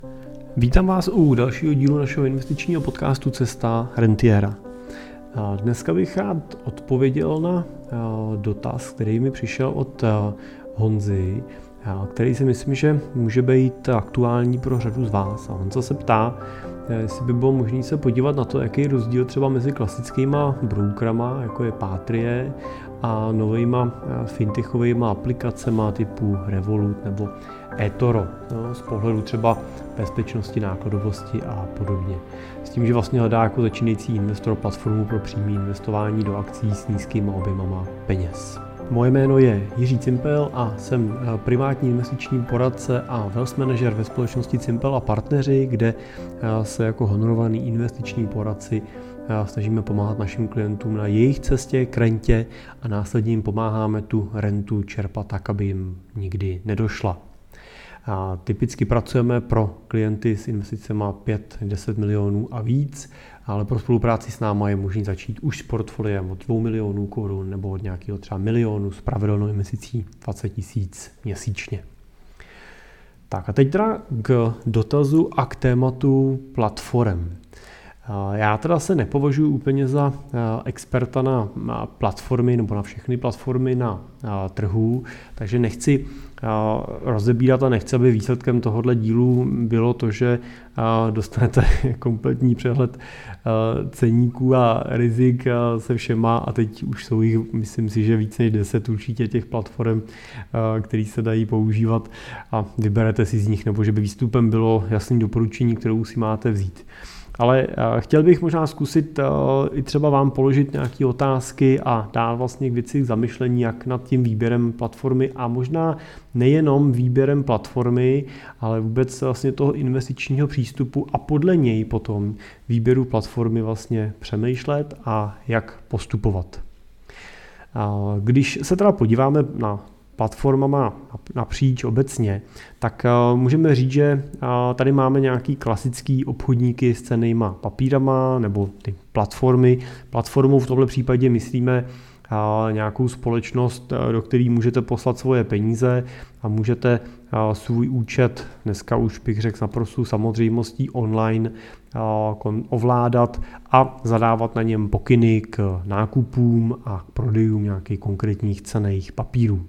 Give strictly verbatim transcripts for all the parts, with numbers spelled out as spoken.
Vítám vás u dalšího dílu našeho investičního podcastu Cesta rentiéra. Dneska bych rád odpověděl na dotaz, který mi přišel od Honzy, který si myslím, že může být aktuální pro řadu z vás. A Honza se ptá, jestli by bylo možné se podívat na to, jaký je rozdíl třeba mezi klasickýma brokerama, jako je Patrie, a novejma fintechovejma aplikacema typu Revolut nebo eToro, no, z pohledu třeba bezpečnosti, nákladovosti a podobně. S tím, že vlastně hledá jako začínající investor platformu pro přímé investování do akcí s nízkýma objemama peněz. Moje jméno je Jiří Cimpel a jsem privátní investiční poradce a wealth manager ve společnosti Cimpel a partneři, kde se jako honorovaný investiční poradci snažíme pomáhat našim klientům na jejich cestě k rentě a následně jim pomáháme tu rentu čerpat tak, aby jim nikdy nedošla. A typicky pracujeme pro klienty s investicemi pět až deset milionů a víc, ale pro spolupráci s náma je možné začít už s portfoliem od dvou milionů korun nebo od nějakého třeba milionu s pravidelnou investicí dvacet tisíc měsíčně. Tak a teď teda k dotazu a k tématu platform. Já teda se nepovažuji úplně za experta na platformy nebo na všechny platformy na trhu, takže nechci rozebírat a nechci, aby výsledkem tohohle dílu bylo to, že dostanete kompletní přehled ceníků a rizik se všema a teď už jsou jich, myslím si, že víc než deset určitě těch platform, které se dají používat a vyberete si z nich, nebo že by výstupem bylo jasné doporučení, kterou si máte vzít. Ale chtěl bych možná zkusit i třeba vám položit nějaké otázky a dát vlastně k věci k zamyšlení, jak nad tím výběrem platformy a možná nejenom výběrem platformy, ale vůbec vlastně toho investičního přístupu a podle něj potom výběru platformy vlastně přemýšlet a jak postupovat. Když se teda podíváme na platformama napříč obecně, tak můžeme říct, že tady máme nějaký klasický obchodníky s cennýma papírama nebo ty platformy. Platformou v tomto případě myslíme nějakou společnost, do které můžete poslat svoje peníze a můžete svůj účet, dneska už bych řekl naprosto samozřejmostí online, ovládat a zadávat na něm pokyny k nákupům a k prodejům nějakých konkrétních cenných papírů.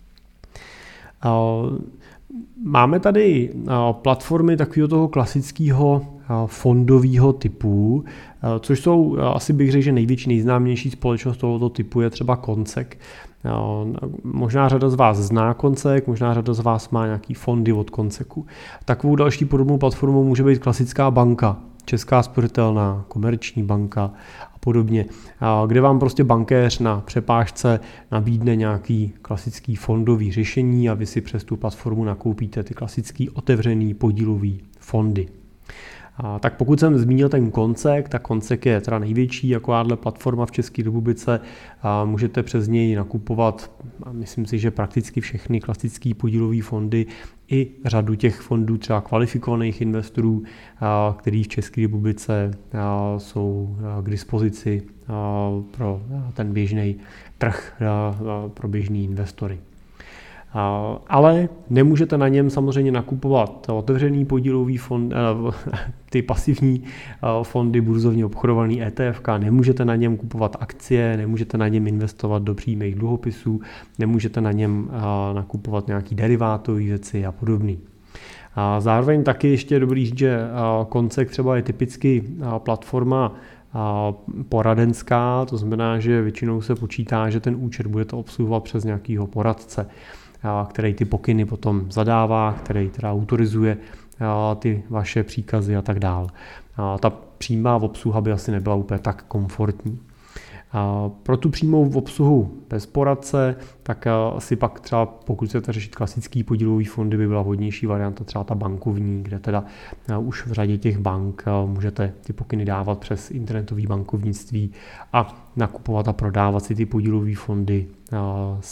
Máme tady platformy takového toho klasického fondového typu, což jsou, asi bych řekl, že největší, nejznámější společnost tohoto typu je třeba Koncek. Možná řada z vás zná Koncek, možná řada z vás má nějaký fondy od Konceku. Takovou další podobnou platformou může být klasická banka, Česká spořitelná, Komerční banka a podobně, kde vám prostě bankéř na přepážce nabídne nějaký klasický fondový řešení a vy si přes tu platformu nakoupíte ty klasický otevřený podílový fondy. A tak pokud jsem zmínil ten Koncek, tak Koncek je teda největší jakováhle platforma v České republice a můžete přes něj nakupovat, myslím si, že prakticky všechny klasické podílové fondy i řadu těch fondů třeba kvalifikovaných investorů, který v České republice jsou k dispozici pro ten běžný trh, pro běžný investory. Ale nemůžete na něm samozřejmě nakupovat otevřený podílový fond, ty pasivní fondy, burzovně obchodovaný E T F, nemůžete na něm kupovat akcie, nemůžete na něm investovat do přímých dluhopisů, nemůžete na něm nakupovat nějaký derivátové věci a podobný. Zároveň taky ještě je dobrý říct, že Koncek třeba je typicky platforma poradenská, to znamená, že většinou se počítá, že ten účet budete obsluhovat přes nějakého poradce, který ty pokyny potom zadává, který teda autorizuje ty vaše příkazy a tak dál. Ta přímá obsluha by asi nebyla úplně tak komfortní. Pro tu přímou obsluhu bez poradce, tak asi pak třeba pokud chcete řešit klasický podílový fondy, by byla vhodnější varianta třeba ta bankovní, kde teda už v řadě těch bank můžete ty pokyny dávat přes internetové bankovnictví a nakupovat a prodávat si ty podílové fondy sami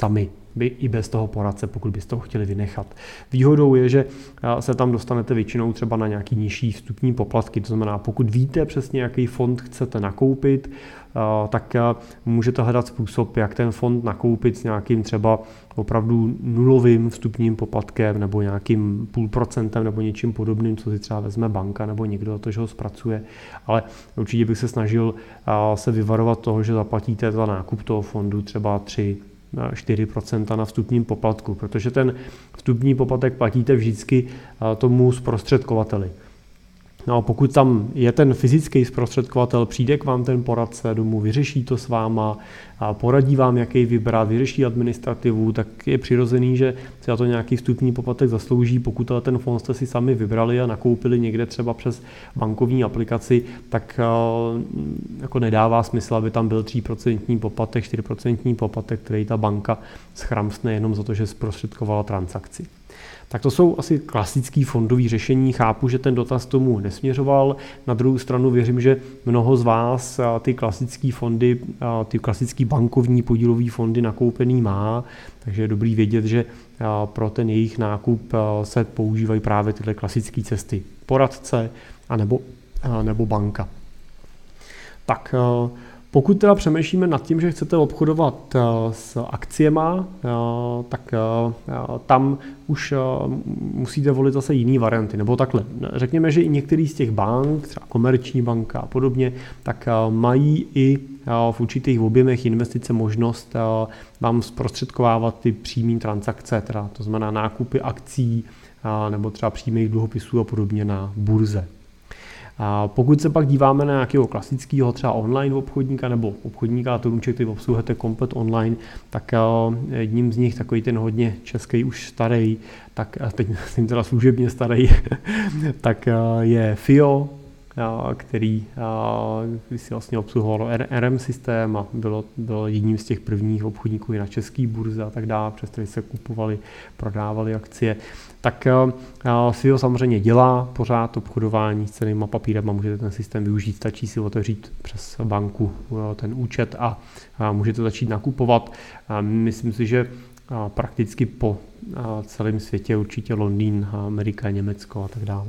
by i bez toho poradce, pokud byste ho chtěli vynechat. Výhodou je, že se tam dostanete většinou třeba na nějaký nižší vstupní poplatky, to znamená, pokud víte přesně, jaký fond chcete nakoupit, tak můžete hledat způsob, jak ten fond nakoupit s nějakým třeba opravdu nulovým vstupním poplatkem nebo nějakým půl procentem nebo něčím podobným, co si třeba vezme banka nebo někdo za to, že ho zpracuje. Ale určitě bych se snažil se vyvarovat toho, že zaplatíte za nákup toho fondu třeba tři čtyři procenta na vstupním poplatku, protože ten vstupní poplatek platíte vždycky tomu zprostředkovateli. No a pokud tam je ten fyzický zprostředkovatel, přijde k vám ten poradce domů, vyřeší to s váma, a poradí vám, jaký vybrat, vyřeší administrativu, tak je přirozený, že si za to nějaký vstupní poplatek zaslouží. Pokud ale ten fond jste si sami vybrali a nakoupili někde třeba přes bankovní aplikaci, tak jako nedává smysl, aby tam byl tři procenta poplatek, čtyři procenta poplatek, který ta banka schramstne jenom za to, že zprostředkovala transakci. Tak to jsou asi klasické fondové řešení. Chápu, že ten dotaz tomu nesměřoval. Na druhou stranu věřím, že mnoho z vás ty klasické fondy, ty klasické bankovní podílové fondy nakoupený má, takže je dobrý vědět, že pro ten jejich nákup se používají právě tyhle klasické cesty. Poradce anebo, nebo banka. Tak pokud teda přemýšlíme nad tím, že chcete obchodovat s akciema, tak tam už musíte volit zase jiné varianty. Nebo takhle, řekněme, že i některý z těch bank, třeba Komerční banka a podobně, tak mají i v určitých objemech investice možnost vám zprostředkovávat ty přímé transakce, teda to znamená nákupy akcí nebo třeba přímých dluhopisů a podobně na burze. A pokud se pak díváme na nějakého klasického třeba online obchodníka nebo obchodníka a Toruček, který obsluhujete komplet online, tak jedním z nich, takový ten hodně český už starý, tak teď jsem teda služebně starý, tak je F I O, který, který si vlastně obsluhoval R M systém a bylo, bylo jedním z těch prvních obchodníků i na české burze a tak dále, přes který se kupovali, prodávali akcie. Tak F I O samozřejmě dělá pořád obchodování s cennými papírama, můžete ten systém využít, stačí si otevřít přes banku ten účet a můžete začít nakupovat. Myslím si, že prakticky po celém světě, určitě Londýn, Amerika, Německo a tak dále.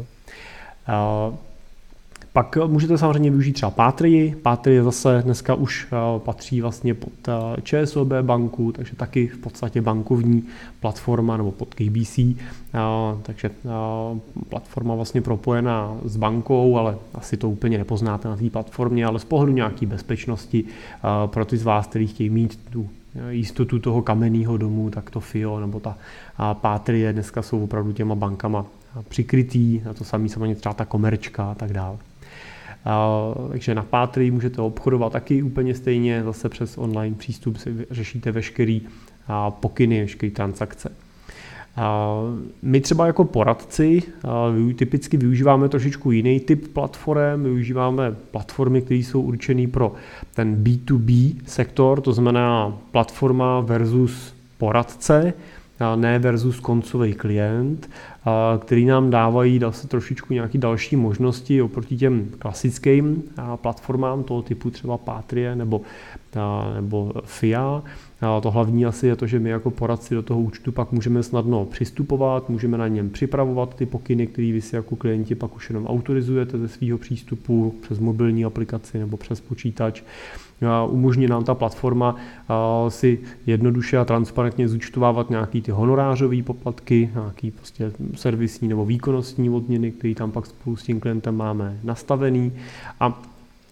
Pak můžete samozřejmě využít třeba Patrii. Patrie zase dneska už patří vlastně pod ČSOB banku, takže taky v podstatě bankovní platforma nebo pod K B C. Takže platforma vlastně propojená s bankou, ale asi to úplně nepoznáte na té platformě, ale z pohledu nějaké bezpečnosti pro ty z vás, kteří chtějí mít tu jistotu toho kamenného domu, tak to F I O nebo ta Patrie dneska jsou opravdu těma bankama přikrytý, a to samý samozřejmě třeba ta Komerčka a tak dále. Uh, takže na Patrii můžete obchodovat taky úplně stejně, zase přes online přístup si řešíte veškerý uh, pokyny, veškerý transakce. Uh, my třeba jako poradci uh, typicky využíváme trošičku jiný typ platform, využíváme platformy, které jsou určené pro ten B to B sektor, to znamená platforma versus poradce, ne versus koncový klient, který nám dávají zase trošičku nějaké další možnosti oproti těm klasickým platformám toho typu třeba Patrie nebo, nebo F I A. To hlavní asi je to, že my jako poradci do toho účtu pak můžeme snadno přistupovat, můžeme na něm připravovat ty pokyny, které vy si jako klienti pak už jenom autorizujete ze svého přístupu přes mobilní aplikaci nebo přes počítač. Umožní nám ta platforma si jednoduše a transparentně zúčtovávat nějaký ty honorářové poplatky, nějaký prostě servisní nebo výkonnostní odměny, které tam pak spolu s tím klientem máme nastavený a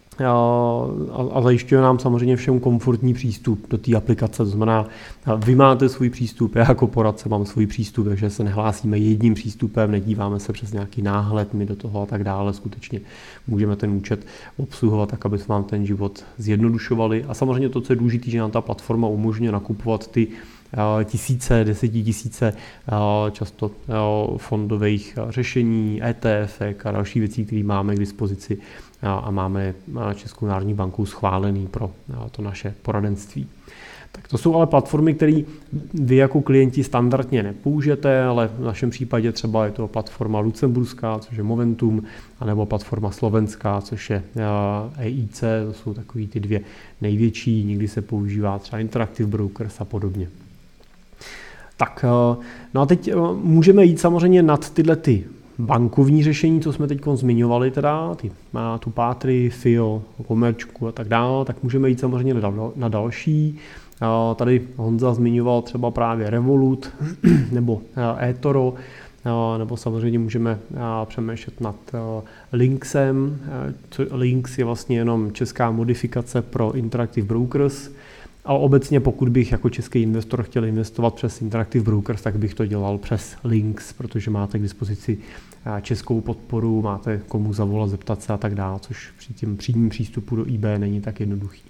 A, a zajišťuje nám samozřejmě všem komfortní přístup do té aplikace. To znamená, vy máte svůj přístup, já jako poradce mám svůj přístup, takže se nehlásíme jedním přístupem, nedíváme se přes nějaký náhled my do toho a tak dále. Skutečně můžeme ten účet obsluhovat tak, aby jsme vám ten život zjednodušovali. A samozřejmě to, co je důležité, že nám ta platforma umožňuje nakupovat ty tisíce, desetitisíce často fondových řešení, E T F a další věcí, které máme k dispozici a máme Českou národní bankou schválený pro to naše poradenství. Tak to jsou ale platformy, které vy jako klienti standardně nepoužijete, ale v našem případě třeba je to platforma lucemburská, což je Momentum, anebo platforma slovenská, což je E I C, to jsou takový ty dvě největší, někdy se používá třeba Interactive Brokers a podobně. Tak, no a teď můžeme jít samozřejmě nad tyhle ty bankovní řešení, co jsme teď zmiňovali, teda, ty, má tu Pátry, F I O, Komerčku a tak dále, tak můžeme jít samozřejmě na další. Tady Honza zmiňoval třeba právě Revolut nebo eToro, nebo samozřejmě můžeme přemýšlet nad Lynxem. Lynx je vlastně jenom česká modifikace pro Interactive Brokers. A obecně pokud bych jako český investor chtěl investovat přes Interactive Brokers, tak bych to dělal přes Lynx, protože máte k dispozici českou podporu, máte komu zavolat, zeptat se a tak dále, což při tím přímým přístupu do I B není tak jednoduchý.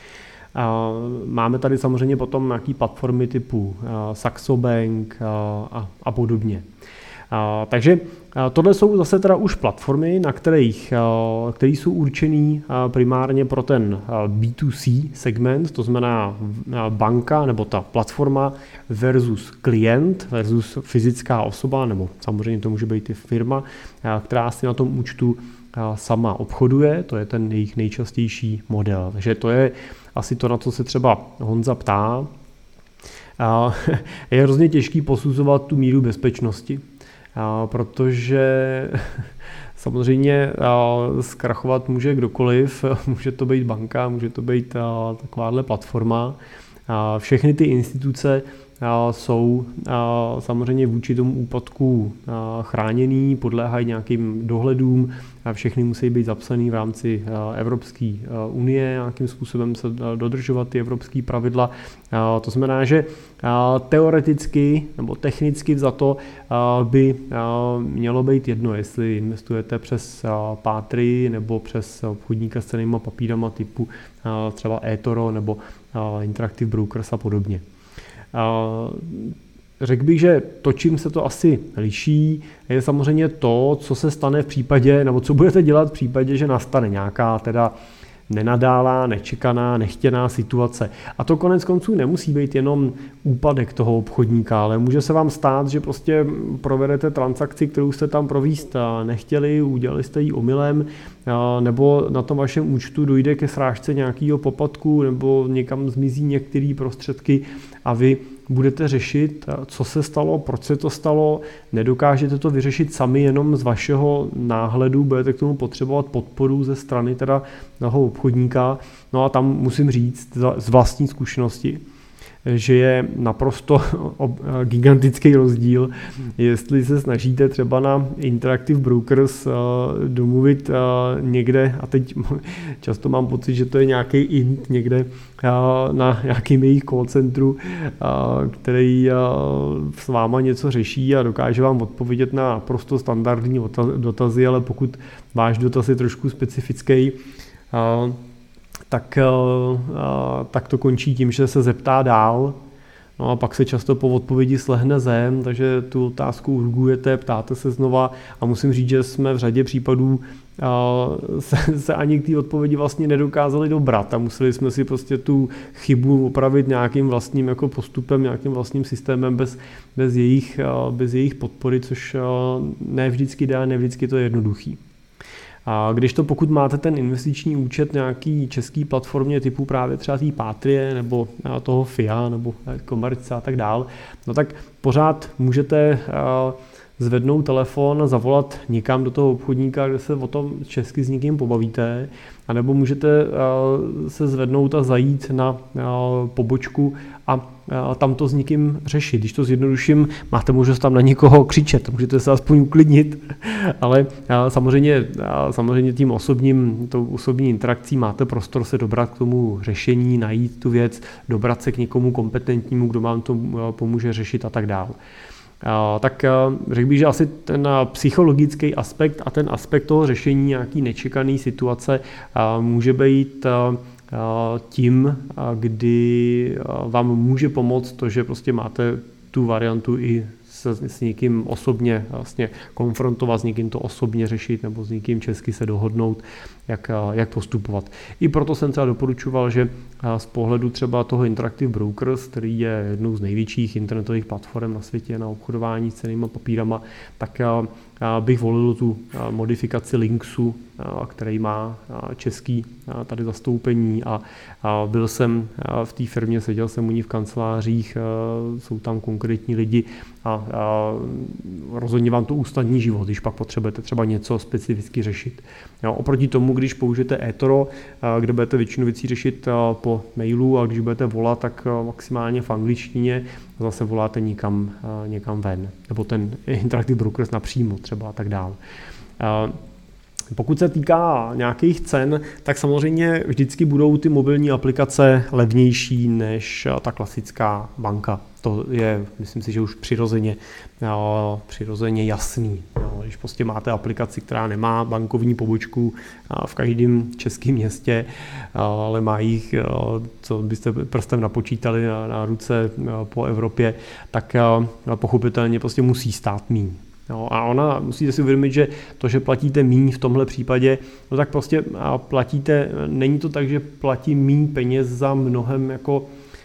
Máme tady samozřejmě potom nějaké platformy typu Saxo Bank a, a podobně. Takže tohle jsou zase teda už platformy, na kterých, které jsou určený primárně pro ten B dva C segment, to znamená banka nebo ta platforma versus klient versus fyzická osoba, nebo samozřejmě to může být i firma, která si na tom účtu sama obchoduje, to je ten jejich nejčastější model. Takže to je asi to, na co se třeba Honza ptá. Je hrozně těžký posuzovat tu míru bezpečnosti, protože samozřejmě zkrachovat může kdokoliv, může to být banka, může to být takováhle platforma. Všechny ty instituce jsou samozřejmě vůči tomu úpadku chráněný, podléhají nějakým dohledům, všechny musí být zapsaný v rámci Evropské unie, nějakým způsobem se dodržovat ty evropské pravidla. To znamená, že teoreticky nebo technicky vzato by mělo být jedno, jestli investujete přes Pátry nebo přes obchodníka s cennýma papírama typu třeba eToro nebo Interactive Brokers a podobně. Řekl bych, že to, čím se to asi liší, je samozřejmě to, co se stane v případě, nebo co budete dělat v případě, že nastane nějaká teda nenadálá, nečekaná, nechtěná situace. A to konec konců nemusí být jenom úpadek toho obchodníka, ale může se vám stát, že prostě provedete transakci, kterou jste tam provést nechtěli, udělali jste ji omylem, nebo na tom vašem účtu dojde ke srážce nějakého popadku, nebo někam zmizí některé prostředky a vy budete řešit, co se stalo, proč se to stalo, nedokážete to vyřešit sami jenom z vašeho náhledu, budete k tomu potřebovat podporu ze strany teda toho obchodníka. No a tam musím říct z vlastní zkušenosti, že je naprosto gigantický rozdíl, jestli se snažíte třeba na Interactive Brokers domluvit někde, a teď často mám pocit, že to je nějaký int někde na nějakým jejich call centru, který s váma něco řeší a dokáže vám odpovědět na naprosto standardní dotazy, ale pokud váš dotaz je trošku specifický, Tak, tak to končí tím, že se zeptá dál, no a pak se často po odpovědi slehne zem, takže tu otázku urgujete, ptáte se znova a musím říct, že jsme v řadě případů se, se ani k té odpovědi vlastně nedokázali dobrat a museli jsme si prostě tu chybu opravit nějakým vlastním jako postupem, nějakým vlastním systémem bez, bez, jejich, bez jejich podpory, což ne vždycky dá, ne vždycky to je jednoduchý. A když to pokud máte ten investiční účet nějaký český platformě typu právě třeba té Pátrie nebo toho F I A nebo Komerce a tak dál, no tak pořád můžete zvednout telefon a zavolat někam do toho obchodníka, kde se o tom česky s někým pobavíte, anebo můžete se zvednout a zajít na pobočku a tam to s někým řešit. Když to zjednoduším, máte možnost tam na někoho křičet, můžete se aspoň uklidnit, ale samozřejmě, samozřejmě tím osobním, tou osobní interakcí máte prostor se dobrat k tomu řešení, najít tu věc, dobrat se k někomu kompetentnímu, kdo vám to pomůže řešit a tak dále. Tak řekl bych, že asi ten psychologický aspekt a ten aspekt toho řešení nějaký nečekaný situace může být tím, kdy vám může pomoct to, že prostě máte tu variantu i se s někým osobně vlastně konfrontovat, s někým to osobně řešit nebo s někým česky se dohodnout. jak, jak postupovat. I proto jsem třeba doporučoval, že z pohledu třeba toho Interactive Brokers, který je jednou z největších internetových platform na světě na obchodování s cennými papírama, tak bych volil tu modifikaci Lynxu, který má český tady zastoupení a byl jsem v té firmě, seděl jsem u ní v kancelářích, jsou tam konkrétní lidi a rozhodně vám to usnadní život, když pak potřebujete třeba něco specificky řešit. Jo, oproti tomu, když použijete eToro, kde budete většinu věcí řešit po mailu a když budete volat, tak maximálně v angličtině zase voláte někam, někam ven. Nebo ten Interactive Brokers napřímo třeba a tak dále. Pokud se týká nějakých cen, tak samozřejmě vždycky budou ty mobilní aplikace levnější než ta klasická banka. To je, myslím si, že už přirozeně, jo, přirozeně jasný. Jo. Když prostě máte aplikaci, která nemá bankovní pobočku v každém českém městě, ale má jich, co byste prstem napočítali na, na ruce po Evropě, tak pochopitelně prostě musí stát míň. No, a ona, musíte si uvědomit, že to, že platíte míň v tomhle případě, no tak prostě platíte, není to tak, že platí míň peněz za mnohem jako uh,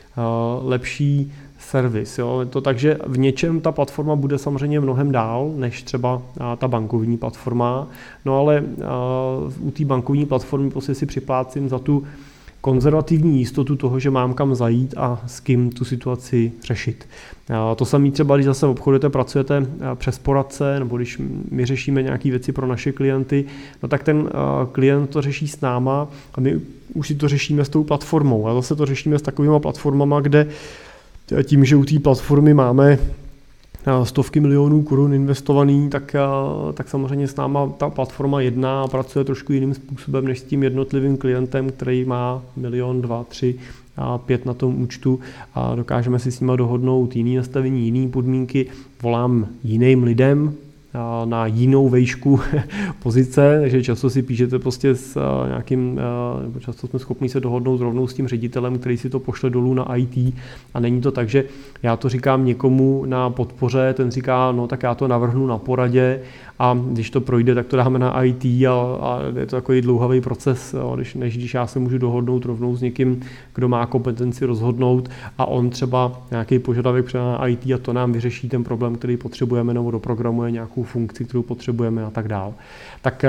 lepší servis. Jo. Je to tak, že v něčem ta platforma bude samozřejmě mnohem dál, než třeba uh, ta bankovní platforma, no ale uh, u té bankovní platformy prostě si připlácím za tu konzervativní jistotu toho, že mám kam zajít a s kým tu situaci řešit. To samé třeba, když zase obchodujete, pracujete přes poradce, nebo když my řešíme nějaké věci pro naše klienty, no tak ten klient to řeší s náma a my už si to řešíme s tou platformou. A zase to řešíme s takovýma platformama, kde tím, že u té platformy máme stovky milionů korun investovaný, tak, tak samozřejmě s náma ta platforma jedná a pracuje trošku jiným způsobem než s tím jednotlivým klientem, který má milion, dva, tři a pět na tom účtu a dokážeme si s nima dohodnout jiný nastavení, jiný podmínky, volám jiným lidem na jinou vejšku pozice, takže často si píšete prostě s nějakým, nebo často jsme schopni se dohodnout rovnou s tím ředitelem, který si to pošle dolů na í té a není to tak, že já to říkám někomu na podpoře, ten říká, no tak já to navrhnu na poradě a když to projde, tak to dáme na í té a, a je to takový dlouhavý proces, než, než když já se můžu dohodnout rovnou s někým, kdo má kompetenci rozhodnout a on třeba nějaký požadavek přidá na í té a to nám vyřeší ten problém, který potřebujeme nebo doprogramuje nějakou funkci, kterou potřebujeme a tak dál. Tak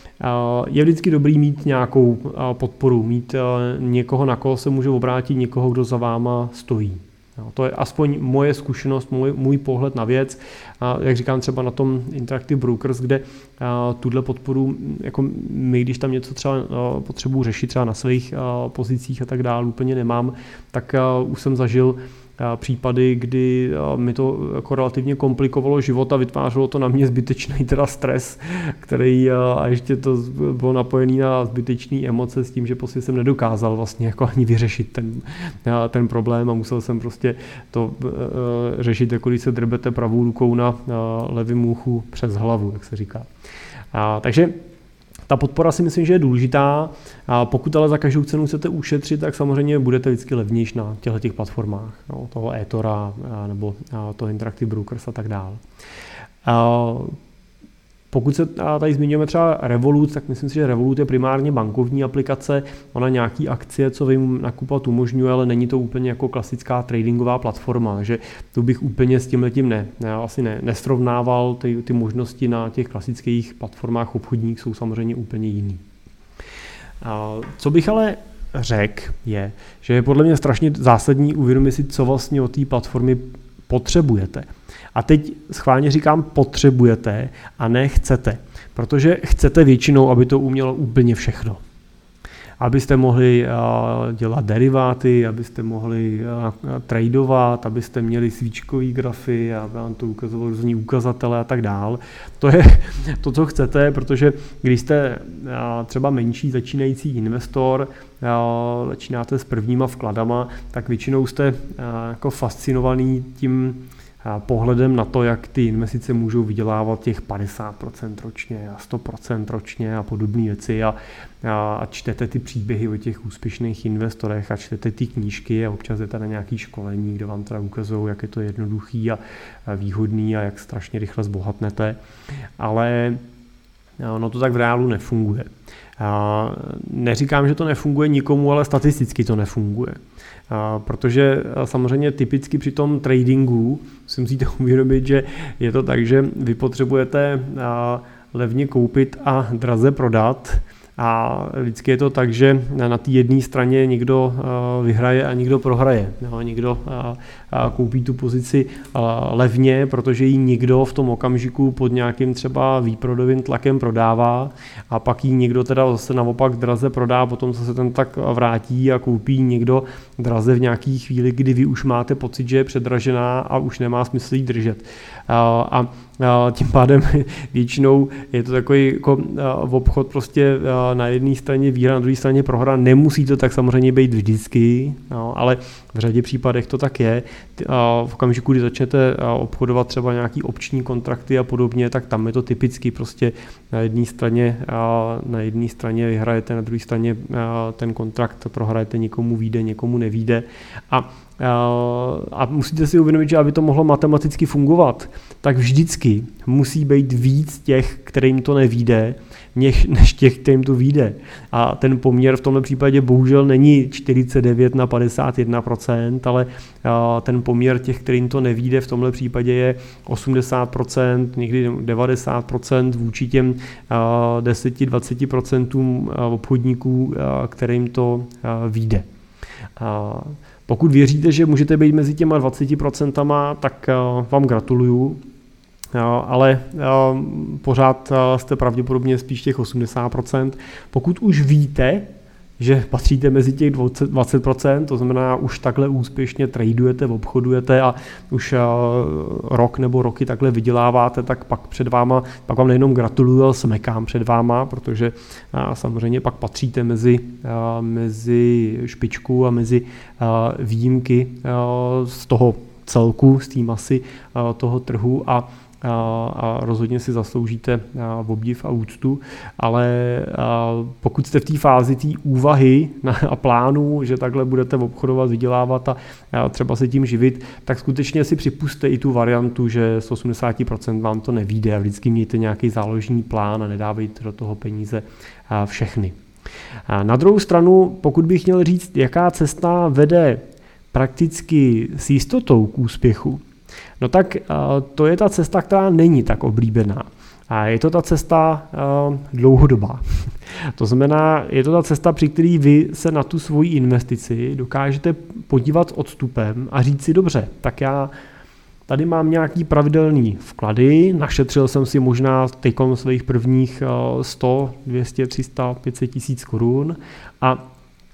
je vždycky dobrý mít nějakou podporu, mít někoho, na koho se může obrátit, někoho, kdo za váma stojí. To je aspoň moje zkušenost, můj, můj pohled na věc. Jak říkám třeba na tom Interactive Brokers, kde tuhle podporu, jako my, když tam něco třeba potřebuji řešit třeba na svých pozicích a tak dále, úplně nemám, tak už jsem zažil případy, kdy mi to jako relativně komplikovalo život a vytvářelo to na mě zbytečný teda stres, který a ještě to bylo napojený na zbytečné emoce s tím, že prostě jsem nedokázal vlastně jako ani vyřešit ten, ten problém a musel jsem prostě to řešit, jako když se drbete pravou rukou na levém uchu přes hlavu, jak se říká. A, takže ta podpora si myslím, že je důležitá. A pokud ale za každou cenu chcete ušetřit, tak samozřejmě budete vždycky levnější na těchto těch platformách, no, toho eTora nebo toho Interactive Brokers a tak dále. Pokud se tady zmiňujeme třeba Revolut, tak myslím si, že Revolut je primárně bankovní aplikace, ona nějaký akcie, co vím, nakupovat umožňuje, ale není to úplně jako klasická tradingová platforma, takže to bych úplně s tímhletím ne, ne, asi ne, nesrovnával, ty, ty možnosti na těch klasických platformách obchodních jsou samozřejmě úplně jiný. Co bych ale řekl je, že je podle mě strašně zásadní uvědomit si, co vlastně od té platformy potřebujete. A teď schválně říkám potřebujete a ne chcete, protože chcete většinou, aby to umělo úplně všechno. Abyste mohli dělat deriváty, abyste mohli tradovat, abyste měli svíčkový grafy a vám to ukazovalo různý ukazatele a tak dál. To je to, co chcete, protože když jste třeba menší začínající investor, začínáte s prvníma vkladama, tak většinou jste jako fascinovaný tím pohledem na to, jak ty investice můžou vydělávat těch padesát procent ročně a sto procent ročně a podobné věci a, a, a čtete ty příběhy o těch úspěšných investorech a čtete ty knížky a občas jdete na nějaké školení, kde vám teda ukazují, jak je to jednoduchý a, a výhodný a jak strašně rychle zbohatnete, ale no to tak v reálu nefunguje. Neříkám, že to nefunguje nikomu, ale statisticky to nefunguje. Protože samozřejmě typicky při tom tradingu si musíte uvědomit, že je to tak, že vy potřebujete levně koupit a draze prodat. A vždycky je to tak, že na té jedné straně někdo vyhraje a někdo prohraje. Jo, někdo koupí tu pozici levně, protože ji někdo v tom okamžiku pod nějakým třeba výprodovým tlakem prodává a pak ji někdo teda zase naopak draze prodá, potom se ten tak vrátí a koupí někdo draze v nějaký chvíli, kdy vy už máte pocit, že je předražená a už nemá smysl jí držet. A tím pádem většinou je to takový jako obchod prostě na jedné straně výhra, na druhé straně prohra. Nemusí to tak samozřejmě být vždycky, no, ale v řadě případech to tak je. V okamžiku, kdy začnete obchodovat třeba nějaký opční kontrakty a podobně, tak tam je to typicky prostě na jedné straně, na jedné straně vyhrajete, na druhé straně ten kontrakt prohrajete, někomu vyjde, někomu nevyjde. A A musíte si uvědomit, že aby to mohlo matematicky fungovat, tak vždycky musí být víc těch, kterým to nevyjde, než těch, kterým to vyjde. A ten poměr v tomhle případě bohužel není čtyřicet devět na padesát jedna procent, ale ten poměr těch, kterým to nevyjde, v tomhle případě je osmdesát procent, někdy devadesát procent vůči těm deset až dvacet procent obchodníků, kterým to vyjde. Pokud věříte, že můžete být mezi těma dvaceti procenty, tak vám gratuluju, ale pořád jste pravděpodobně spíš těch osmdesát procent. Pokud už víte, že patříte mezi těch dvacet procent, to znamená, už takhle úspěšně tradujete, obchodujete a už rok nebo roky takhle vyděláváte, tak pak před váma, pak vám nejenom gratuluju, ale smekám před váma, protože samozřejmě pak patříte mezi, mezi špičku a mezi výjimky z toho celku, z té masy toho trhu a a rozhodně si zasloužíte obdiv a úctu, ale pokud jste v té fázi té úvahy a plánu, že takhle budete obchodovat, vydělávat a třeba se tím živit, tak skutečně si připuste i tu variantu, že z osmdesát procent vám to nevyjde a vždycky mějte nějaký záložní plán a nedávejte do toho peníze všechny. Na druhou stranu, pokud bych měl říct, jaká cesta vede prakticky s jistotou k úspěchu, no tak to je ta cesta, která není tak oblíbená. A je to ta cesta dlouhodobá. To znamená, je to ta cesta, při které vy se na tu svoji investici dokážete podívat s odstupem a říct si, dobře, tak já tady mám nějaký pravidelný vklady, našetřil jsem si možná teďkom svých prvních sto, dvě stě, tři sta, pět set tisíc korun a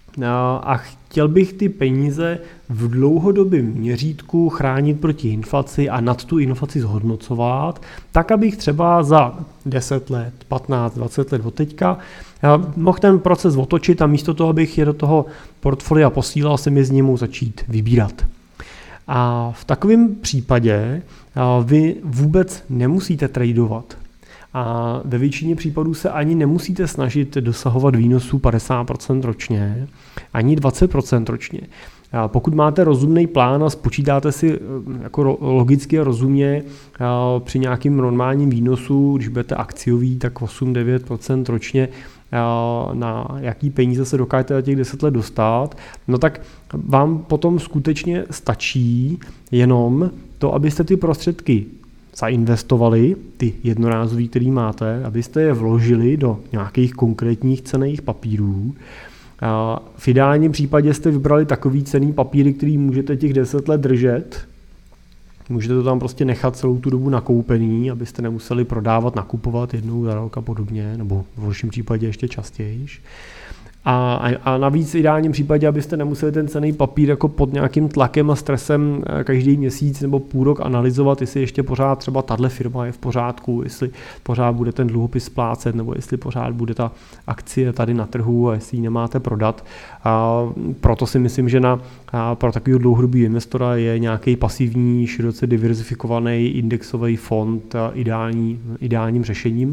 a chtěl bych ty peníze v dlouhodobém měřítku chránit proti inflaci a nad tu inflaci zhodnocovat, tak abych třeba za deset let, patnáct, dvacet let od teďka mohl ten proces otočit a místo toho, abych je do toho portfolia posílal, se mi z němu začít vybírat. A v takovém případě vy vůbec nemusíte tradovat. A ve většině případů se ani nemusíte snažit dosahovat výnosů padesát procent ročně, ani dvacet procent ročně. A pokud máte rozumný plán a spočítáte si jako logicky a rozumně při nějakým normálním výnosu, když budete akciový, tak osm až devět procent ročně, na jaký peníze se dokážete na těch deset let dostat, no tak vám potom skutečně stačí jenom to, abyste ty prostředky zainvestovali, ty jednorázový, který máte, abyste je vložili do nějakých konkrétních cenných papírů. V ideálním případě jste vybrali takový cenný papíry, který můžete těch deset let držet. Můžete to tam prostě nechat celou tu dobu nakoupený, abyste nemuseli prodávat, nakupovat jednou za rok a podobně, nebo v horším případě ještě častěji. A, a navíc v ideálním případě, abyste nemuseli ten cenný papír jako pod nějakým tlakem a stresem každý měsíc nebo půl rok analyzovat, jestli ještě pořád třeba tahle firma je v pořádku, jestli pořád bude ten dluhopis splácet, nebo jestli pořád bude ta akcie tady na trhu a jestli ji nemáte prodat. A proto si myslím, že na, pro takového dlouhodobého investora je nějaký pasivní, široce diverzifikovaný indexový fond ideální, ideálním řešením.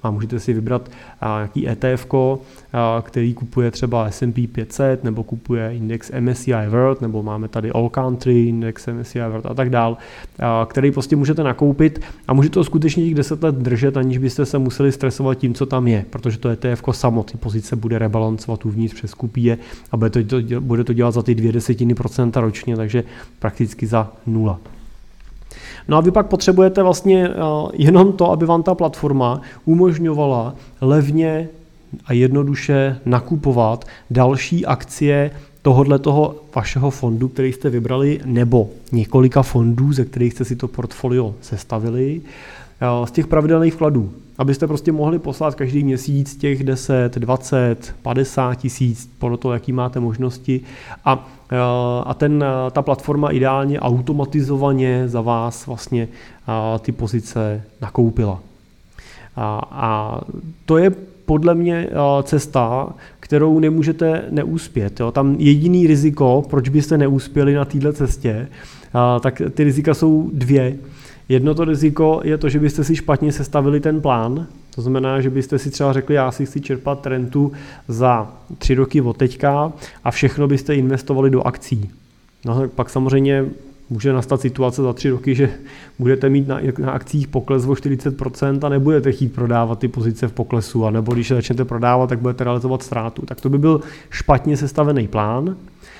A můžete si vybrat nějaký E T F, který kupuje třeba S and P pět set, nebo kupuje index M S C I World, nebo máme tady All Country, index M S C I World a tak dál, který prostě můžete nakoupit a můžete to skutečně těch deset let držet, aniž byste se museli stresovat tím, co tam je, protože to E T F samo ty pozice bude rebalancovat uvnitř, přeskupí je a bude to, bude to dělat za ty dvě desetiny procenta ročně, takže prakticky za nula. No a vy pak potřebujete vlastně jenom to, aby vám ta platforma umožňovala levně a jednoduše nakupovat další akcie tohoto vašeho fondu, který jste vybrali, nebo několika fondů, ze kterých jste si to portfolio sestavili, z těch pravidelných vkladů, abyste prostě mohli poslat každý měsíc těch deset, dvacet, padesát tisíc, podle toho, jaký máte možnosti a, a ten, ta platforma ideálně automatizovaně za vás vlastně ty pozice nakoupila. A, a to je podle mě cesta, kterou nemůžete neuspět. Jo. Tam jediný riziko, proč byste neuspěli na této cestě, tak ty rizika jsou dvě. Jedno to riziko je to, že byste si špatně sestavili ten plán, to znamená, že byste si třeba řekli, já si chci čerpat rentu za tři roky od teďka a všechno byste investovali do akcí. No tak pak samozřejmě může nastat situace za tři roky, že budete mít na, na akcích pokles o čtyřicet procent a nebudete chtít prodávat ty pozice v poklesu, anebo když začnete prodávat, tak budete realizovat ztrátu. Tak to by byl špatně sestavený plán.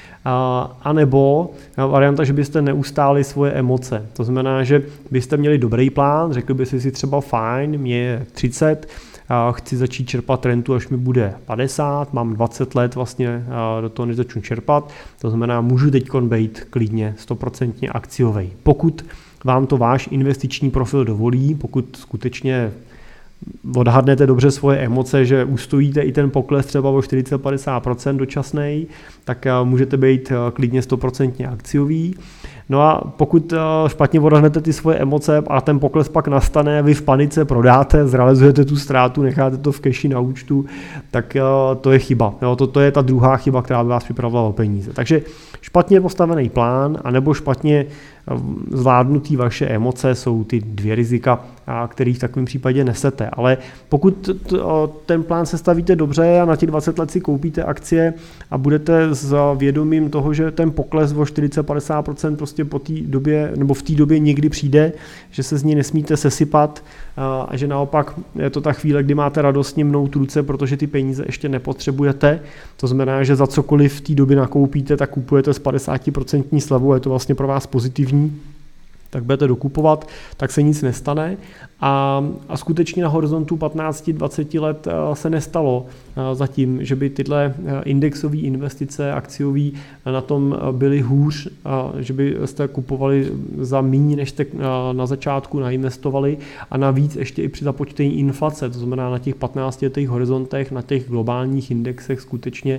A nebo varianta, že byste neustáli svoje emoce. To znamená, že byste měli dobrý plán, řekli byste si třeba fajn, mě je třicet, chci začít čerpat rentu, až mi bude padesát, mám dvacet let vlastně do toho, než začnu čerpat, to znamená, můžu teďkon být klidně sto procent akciovej. Pokud vám to váš investiční profil dovolí, pokud skutečně odhadnete dobře svoje emoce, že ustojíte i ten pokles třeba o čtyřicet až padesát procent dočasnej, tak můžete být klidně sto procent akciový. No a pokud špatně odhadnete ty svoje emoce a ten pokles pak nastane, vy v panice prodáte, zrealizujete tu ztrátu, necháte to v keši na účtu, tak to je chyba. Jo, to, to je ta druhá chyba, která by vás připravila o peníze. Takže špatně postavený plán anebo špatně zvládnutý vaše emoce jsou ty dvě rizika, který v takovém případě nesete. Ale pokud ten plán sestavíte dobře a na těch dvacet let si koupíte akcie a budete s vědomím toho, že ten pokles o čtyřicet až padesát procent prostě po té době nebo v té době někdy přijde, že se z ní nesmíte sesypat a že naopak je to ta chvíle, kdy máte radostně mnout ruce, protože ty peníze ještě nepotřebujete. To znamená, že za cokoliv v té době nakoupíte, tak kupujete s padesát procent slevou a je to vlastně pro vás pozitivní, tak budete dokupovat, tak se nic nestane a, a skutečně na horizontu patnáct až dvacet let se nestalo zatím, že by tyhle indexové investice, akciové na tom byly hůř, že by jste kupovali za míň, než jste na začátku nainvestovali a navíc ještě i při započtení inflace, to znamená na těch patnáctiletých horizontech, na těch globálních indexech skutečně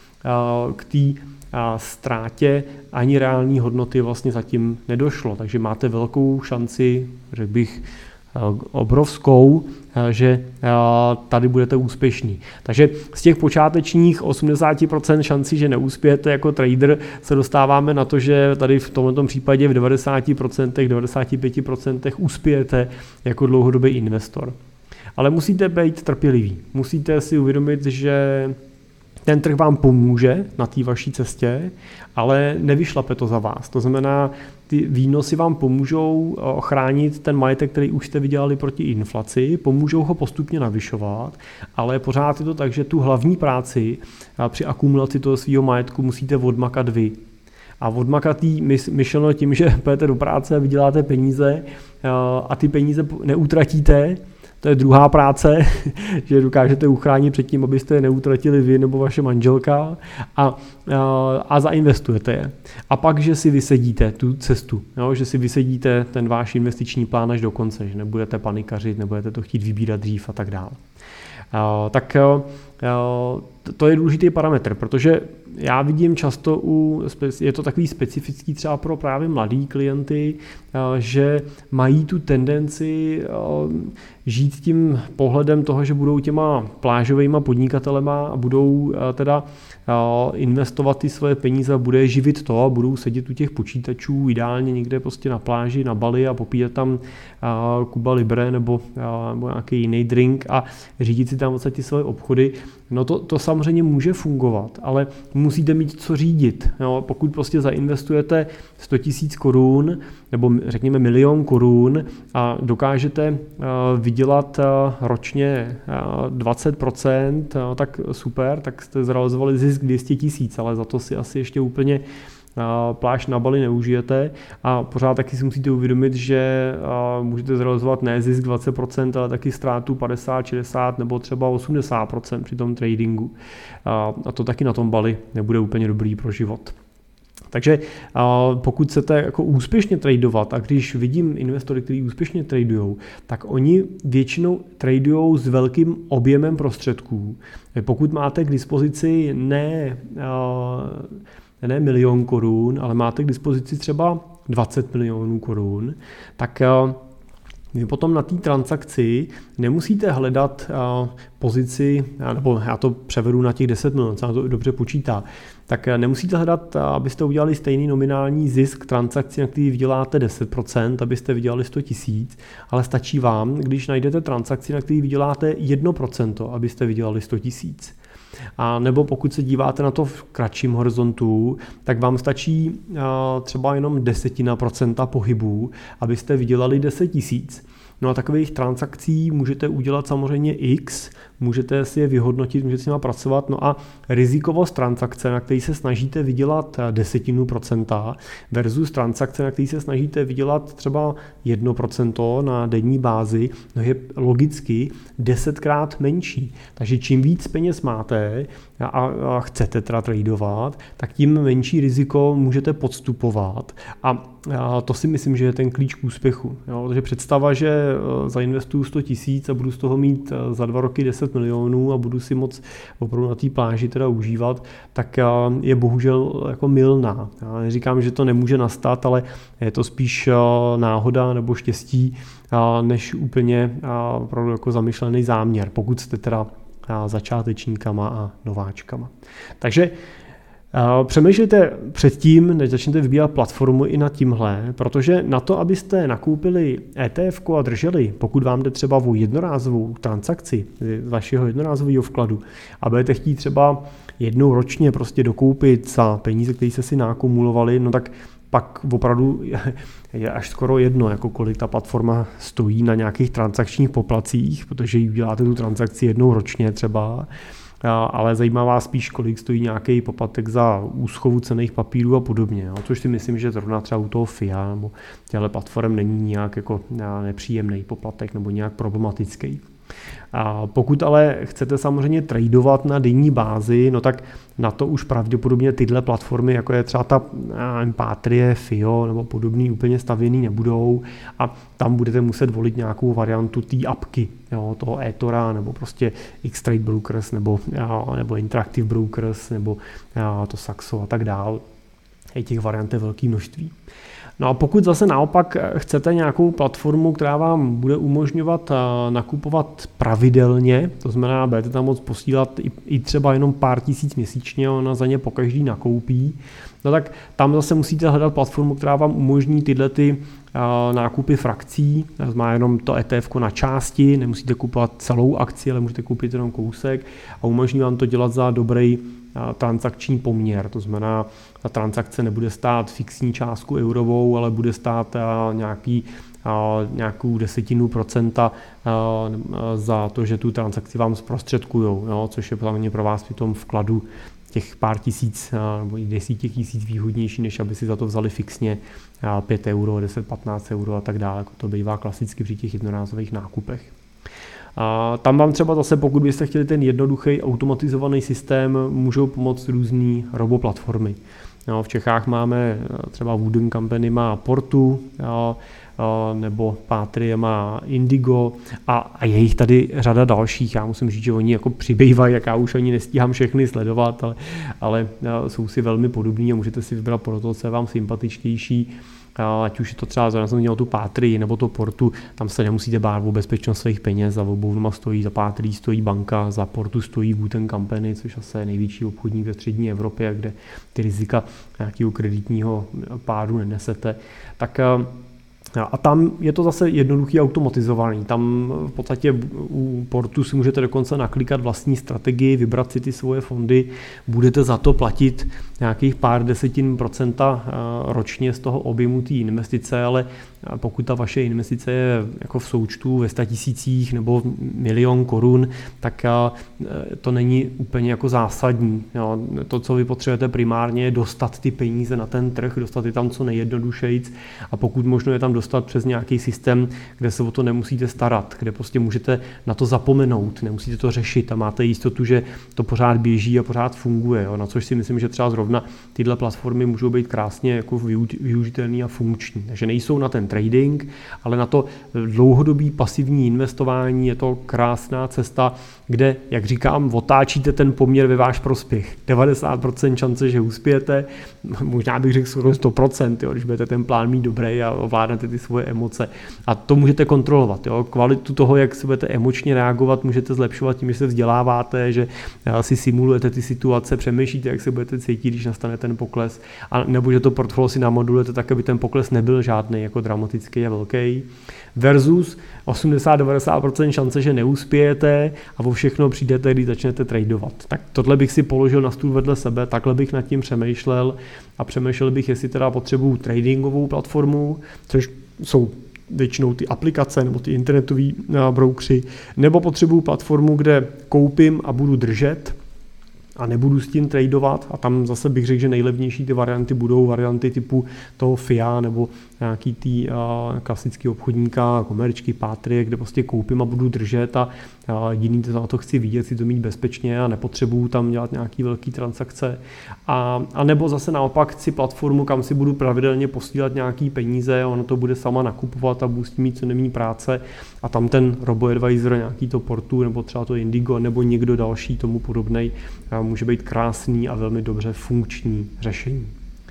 k té a ztrátě ani reální hodnoty vlastně zatím nedošlo. Takže máte velkou šanci, řekl bych obrovskou, že tady budete úspěšní. Takže z těch počátečních osmdesát procent šancí, že neuspějete jako trader, se dostáváme na to, že tady v tomto případě v devadesát procent, devadesát pět procent uspějete jako dlouhodobý investor. Ale musíte být trpěliví. Musíte si uvědomit, že ten trh vám pomůže na té vaší cestě, ale nevyšlape to za vás. To znamená, ty výnosy vám pomůžou ochránit ten majetek, který už jste vydělali proti inflaci, pomůžou ho postupně navyšovat, ale pořád je to tak, že tu hlavní práci při akumulaci toho svého majetku musíte odmakat vy. A odmakatý myšleno tím, že půjdete do práce a vyděláte peníze a ty peníze neutratíte. To je druhá práce, že dokážete uchránit před tím, abyste je neutratili vy nebo vaše manželka a, a, a zainvestujete je. A pak, že si vysedíte tu cestu, jo? Že si vysedíte ten váš investiční plán až do konce, že nebudete panikařit, nebudete to chtít vybírat dřív a tak dále. Tak to je důležitý parametr, protože já vidím často, u, je to takový specifický třeba pro právě mladý klienty, že mají tu tendenci žít tím pohledem toho, že budou těma plážovejma podnikatelema a budou teda investovat ty svoje peníze a bude živit to a budou sedět u těch počítačů, ideálně někde prostě na pláži, na Bali a popíjet tam Cuba Libre nebo, nebo nějaký jiný drink a řídit si tam vlastně ty svoje obchody. No to, to samozřejmě může fungovat, ale musíte mít co řídit. Jo? Pokud prostě zainvestujete sto tisíc korun nebo řekněme milion korun a dokážete vydělat ročně dvacet procent, tak super, tak jste zrealizovali zisk dvě stě tisíc, ale za to si asi ještě úplně pláž na Bali neužijete a pořád taky si musíte uvědomit, že můžete zrealizovat ne zisk dvacet procent, ale taky ztrátu padesát, šedesát nebo třeba osmdesát procent při tom tradingu. A to taky na tom Bali nebude úplně dobrý pro život. Takže pokud chcete jako úspěšně tradovat, a když vidím investory, kteří úspěšně tradují, tak oni většinou tradují s velkým objemem prostředků. Pokud máte k dispozici ne, ne milion korun, ale máte k dispozici třeba dvacet milionů korun, tak vy potom na té transakci nemusíte hledat pozici, nebo já to převedu na těch deset milionů, co to dobře počítá, tak nemusíte hledat, abyste udělali stejný nominální zisk transakci, na který vyděláte deset procent, abyste vydělali sto tisíc, ale stačí vám, když najdete transakci, na který vyděláte jedno procento, abyste vydělali sto tisíc. A nebo pokud se díváte na to v kratším horizontu, tak vám stačí třeba jenom desetina procenta pohybů, abyste vydělali deset tisíc. No a takových transakcí můžete udělat samozřejmě X, můžete si je vyhodnotit, můžete s nimi pracovat, no a rizikovost transakce, na který se snažíte vydělat desetinu procenta versus transakce, na který se snažíte vydělat třeba jedno procento na denní bázi, no je logicky desetkrát menší. Takže čím víc peněz máte a, a chcete teda tradovat, tak tím menší riziko můžete podstupovat a, a to si myslím, že je ten klíč k úspěchu. Jo? Takže představa, že zainvestuju sto tisíc a budu z toho mít za dva roky deset milionů a budu si moc opravdu na té pláži teda užívat, tak je bohužel jako mylná. Já neříkám, že to nemůže nastat, ale je to spíš náhoda nebo štěstí, než úplně opravdu jako zamýšlený záměr, pokud jste teda začátečníkama a nováčkama. Takže přemýšlejte předtím, než začnete vybírat platformu i nad tímhle, protože na to, abyste nakoupili é té ef a drželi, pokud vám jde třeba o jednorázovou transakci z vašeho jednorázového vkladu a budete chtít třeba jednou ročně prostě dokoupit za peníze, které jste si nakumulovali, no tak pak opravdu je až skoro jedno, jako kolik ta platforma stojí na nějakých transakčních poplatcích, protože jí uděláte tu transakci jednou ročně třeba, ale zajímá vás spíš, kolik stojí nějaký poplatek za úschovu cenných papírů a podobně. Jo. Což si myslím, že zrovna třeba u toho F I A nebo těchto platform není nějak jako nepříjemný poplatek nebo nějak problematický. A pokud ale chcete samozřejmě tradovat na denní bázi, no tak na to už pravděpodobně tyhle platformy, jako je třeba ta Patrie, F I O nebo podobný, úplně stavěný nebudou a tam budete muset volit nějakou variantu té apky, jo, toho eTora nebo prostě X-Trade Brokers nebo, jo, nebo Interactive Brokers nebo jo, to Saxo a tak dál. Je těch variant je velké množství. No a pokud zase naopak chcete nějakou platformu, která vám bude umožňovat nakupovat pravidelně, to znamená, budete tam moct posílat i, i třeba jenom pár tisíc měsíčně, ona za ně pokaždý nakoupí, no tak tam zase musíte hledat platformu, která vám umožní tyhle ty nákupy frakcí, to znamená jenom to é té ef na části, nemusíte kupovat celou akci, ale můžete koupit jenom kousek a umožní vám to dělat za dobrý transakční poměr, to znamená, ta transakce nebude stát fixní částku eurovou, ale bude stát nějaký, nějakou desetinu procenta za to, že tu transakci vám zprostředkujou, jo, což je hlavně pro vás při tom vkladu těch pár tisíc nebo i desíti tisíc výhodnější, než aby si za to vzali fixně pět euro, deset, patnáct euro a tak dále, jako to bývá klasicky při těch jednorázových nákupech. A tam vám třeba zase, pokud byste chtěli ten jednoduchý automatizovaný systém, můžou pomoct různé roboplatformy. Jo, v Čechách máme třeba Wooden Company má Portu, jo, nebo Patriem a Indigo a, a je jich tady řada dalších. Já musím říct, že oni jako přibývají, jak já už ani nestíhám všechny sledovat, ale, ale jsou si velmi podobní a můžete si vybrat pro to, co je vám sympatičtější. Ať už je to třeba, já jsem měl tu Patrii nebo to Portu, tam se nemusíte bát o bezpečnost svých peněz, za obou stojí, za Patrii stojí banka, za Portu stojí Wooten Company, což asi je největší obchodník ve střední Evropě, kde ty rizika nějakého kreditního pádu nenesete. Tak a tam je to zase jednoduchý automatizovaný. Tam v podstatě u Portu si můžete dokonce naklikat vlastní strategii, vybrat si ty svoje fondy, budete za to platit nějakých pár desetin procenta ročně z toho objemu té investice, ale pokud ta vaše investice je jako v součtu ve sta tisících nebo milion korun, tak to není úplně jako zásadní. To, co vy potřebujete primárně, je dostat ty peníze na ten trh, dostat je tam co nejjednodušejc a pokud možno je tam dostat přes nějaký systém, kde se o to nemusíte starat, kde prostě můžete na to zapomenout, nemusíte to řešit a máte jistotu, že to pořád běží a pořád funguje. Jo? Na což si myslím, že třeba zrovna tyhle platformy můžou být krásně jako využitelný a funkční. Takže nejsou na ten trading, ale na to dlouhodobý pasivní investování je to krásná cesta, kde, jak říkám, otáčíte ten poměr ve váš prospěch. devadesát procent šance, že uspějete, možná bych řekl skoro sto procent, jo, když budete ten plán mít dobrý a ovládnete ty svoje emoce. A to můžete kontrolovat. Jo. Kvalitu toho, jak se budete emočně reagovat, můžete zlepšovat tím, že se vzděláváte, že si simulujete ty situace, přemýšlíte, jak se budete cítit, když nastane ten pokles, a nebo že to portfolio si namodulujete tak, aby ten pokles nebyl žádný jako dramatický a velký. Versus osmdesát až devadesát procent šance, že neuspějete a vo všechno přijdete, když začnete tradovat. Tak tohle bych si položil na stůl vedle sebe, takhle bych nad tím přemýšlel a přemýšlel bych, jestli teda potřebuju tradingovou platformu, což jsou většinou ty aplikace nebo ty internetové broukři, nebo potřebuju platformu, kde koupím a budu držet a nebudu s tím tradovat a tam zase bych řekl, že nejlevnější ty varianty budou varianty typu toho F I A nebo nějaký ty klasický obchodníka, komerčky, Patrie, kde prostě koupím a budu držet a, a jediný to za to chci vidět, si to mít bezpečně a nepotřebuju tam dělat nějaký velký transakce. A, a nebo zase naopak chci platformu, kam si budu pravidelně posílat nějaký peníze, ono to bude sama nakupovat a budu s tím mít co nemí práce a tam ten robo-advisor, nějaký to Portu nebo třeba to Indigo nebo někdo další tomu podobnej může být krásný a velmi dobře funkční řešení.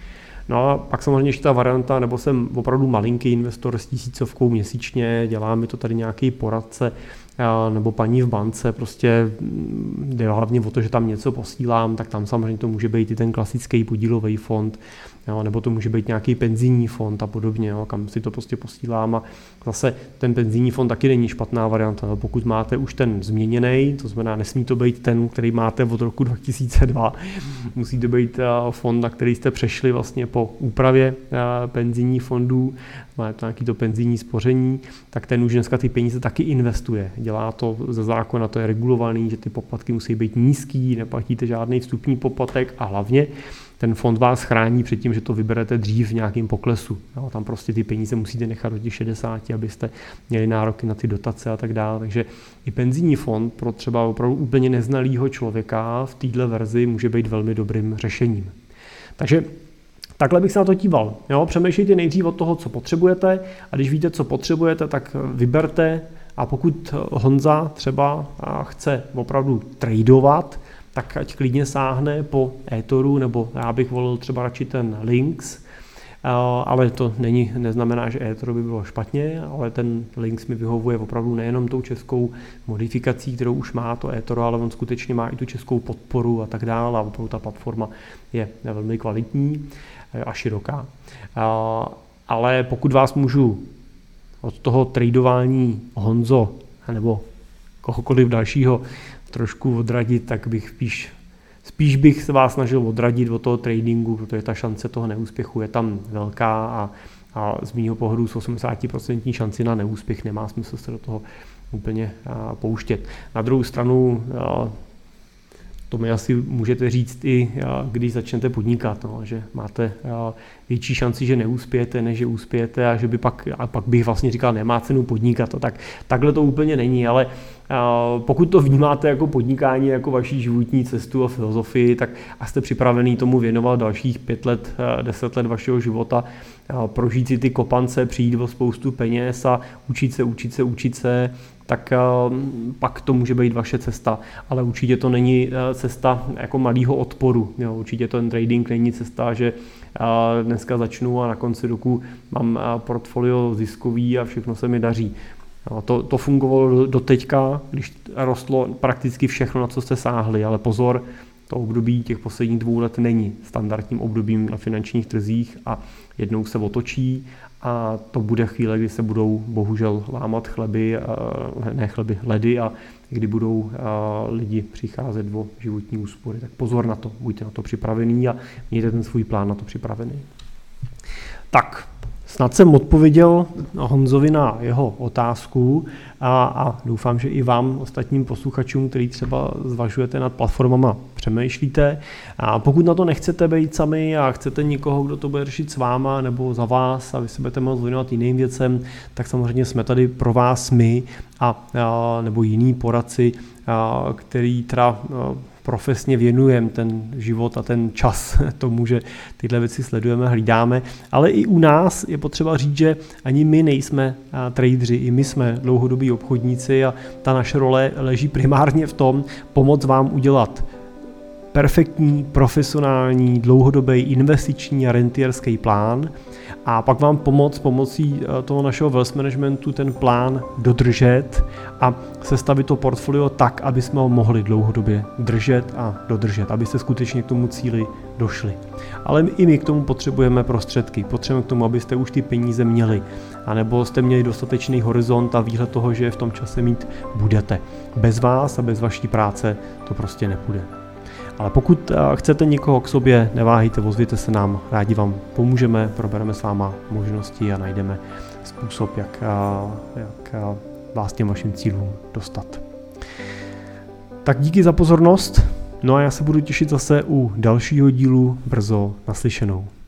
No a pak samozřejmě ještě ta varianta, nebo jsem opravdu malinký investor s tisícovkou měsíčně, dělá mi to tady nějaký poradce nebo paní v bance, prostě jde hlavně o to, že tam něco posílám, tak tam samozřejmě to může být i ten klasický podílový fond, jo, nebo to může být nějaký penzijní fond a podobně, jo, kam si to prostě posílám a zase ten penzijní fond taky není špatná varianta, jo, pokud máte už ten změněný, to znamená nesmí to být ten, který máte od roku dva tisíce dva, musí to být fond, na který jste přešli vlastně po úpravě penzijních fondů, máte nějaký to penzijní spoření, tak ten už dneska ty peníze taky investuje. Dělá to ze zákona, to je regulovaný, že ty poplatky musí být nízký, neplatíte žádný vstupní poplatek a hlavně ten fond vás chrání před tím, že to vyberete dřív v nějakém poklesu. Jo, tam prostě ty peníze musíte nechat do těch šedesáti, abyste měli nároky na ty dotace a tak dále. Takže i penzijní fond pro třeba opravdu úplně neznalýho člověka v této verzi může být velmi dobrým řešením. Takže takhle bych se na to díval. Jo, přemýšlejte nejdřív od toho, co potřebujete a když víte, co potřebujete, tak vyberte a pokud Honza třeba chce opravdu tradovat, tak ať klidně sáhne po Etheru, nebo já bych volil třeba radši ten Lynx, ale to není, neznamená, že Ether by bylo špatně, ale ten Lynx mi vyhovuje opravdu nejenom tou českou modifikací, kterou už má to Ether, ale on skutečně má i tu českou podporu a tak dále a opravdu ta platforma je velmi kvalitní a široká. Ale pokud vás můžu od toho tradování Honzo nebo kohokoliv dalšího trošku odradit, tak bych spíš, spíš bych se vás snažil odradit od toho tradingu, protože ta šance toho neúspěchu je tam velká a, a z mýho pohledu s osmdesát procent šanci na neúspěch nemá smysl se do toho úplně a, pouštět. Na druhou stranu a, to mi asi můžete říct i, když začnete podnikat, no, že máte větší šanci, že neuspějete, než že uspějete a že by pak, a pak bych vlastně říkal, nemá cenu podnikat. To, tak, takhle to úplně není, ale pokud to vnímáte jako podnikání, jako vaši životní cestu a filozofii, tak a jste připravený tomu věnovat dalších pět let, deset let vašeho života, prožít si ty kopance, přijít o spoustu peněz a učit se, učit se, učit se, tak pak to může být vaše cesta, ale určitě to není cesta jako malého odporu. Jo, určitě ten trading není cesta, že dneska začnu a na konci roku mám portfolio ziskový a všechno se mi daří. No, to, to fungovalo do teďka, když rostlo prakticky všechno, na co jste sáhli, ale pozor, to období těch posledních dvou let není standardním obdobím na finančních trzích a jednou se otočí a to bude chvíle, kdy se budou bohužel lámat chleby, ne chleby, ledy a kdy budou lidi přicházet o životní úspory. Tak pozor na to, buďte na to připravený a mějte ten svůj plán na to připravený. Tak, snad jsem odpověděl Honzovi na jeho otázku a, a doufám, že i vám, ostatním posluchačům, který třeba zvažujete nad platformama, přemýšlíte. A pokud na to nechcete být sami a chcete někoho, kdo to bude řešit s váma nebo za vás a vy se budete moct věnovat jiným věcem, tak samozřejmě jsme tady pro vás my a, a nebo jiní poradci, a, který teda a, profesně věnujeme ten život a ten čas tomu, že tyhle věci sledujeme, hlídáme, ale i u nás je potřeba říct, že ani my nejsme tradeři, i my jsme dlouhodobí obchodníci a ta naše role leží primárně v tom pomoct vám udělat perfektní, profesionální, dlouhodobý investiční a rentierský plán a pak vám pomoct pomocí toho našeho wealth managementu ten plán dodržet a sestavit to portfolio tak, aby jsme ho mohli dlouhodobě držet a dodržet, abyste skutečně k tomu cíli došli. Ale i my k tomu potřebujeme prostředky, potřebujeme k tomu, abyste už ty peníze měli, anebo jste měli dostatečný horizont a výhled toho, že v tom čase mít budete. Bez vás a bez vaší práce to prostě nepůjde. Ale pokud chcete někoho k sobě, neváhejte, ozvěte se nám, rádi vám pomůžeme, probereme s váma možnosti a najdeme způsob, jak, jak vás těm vašim cílům dostat. Tak díky za pozornost, no a já se budu těšit zase u dalšího dílu brzo naslyšenou.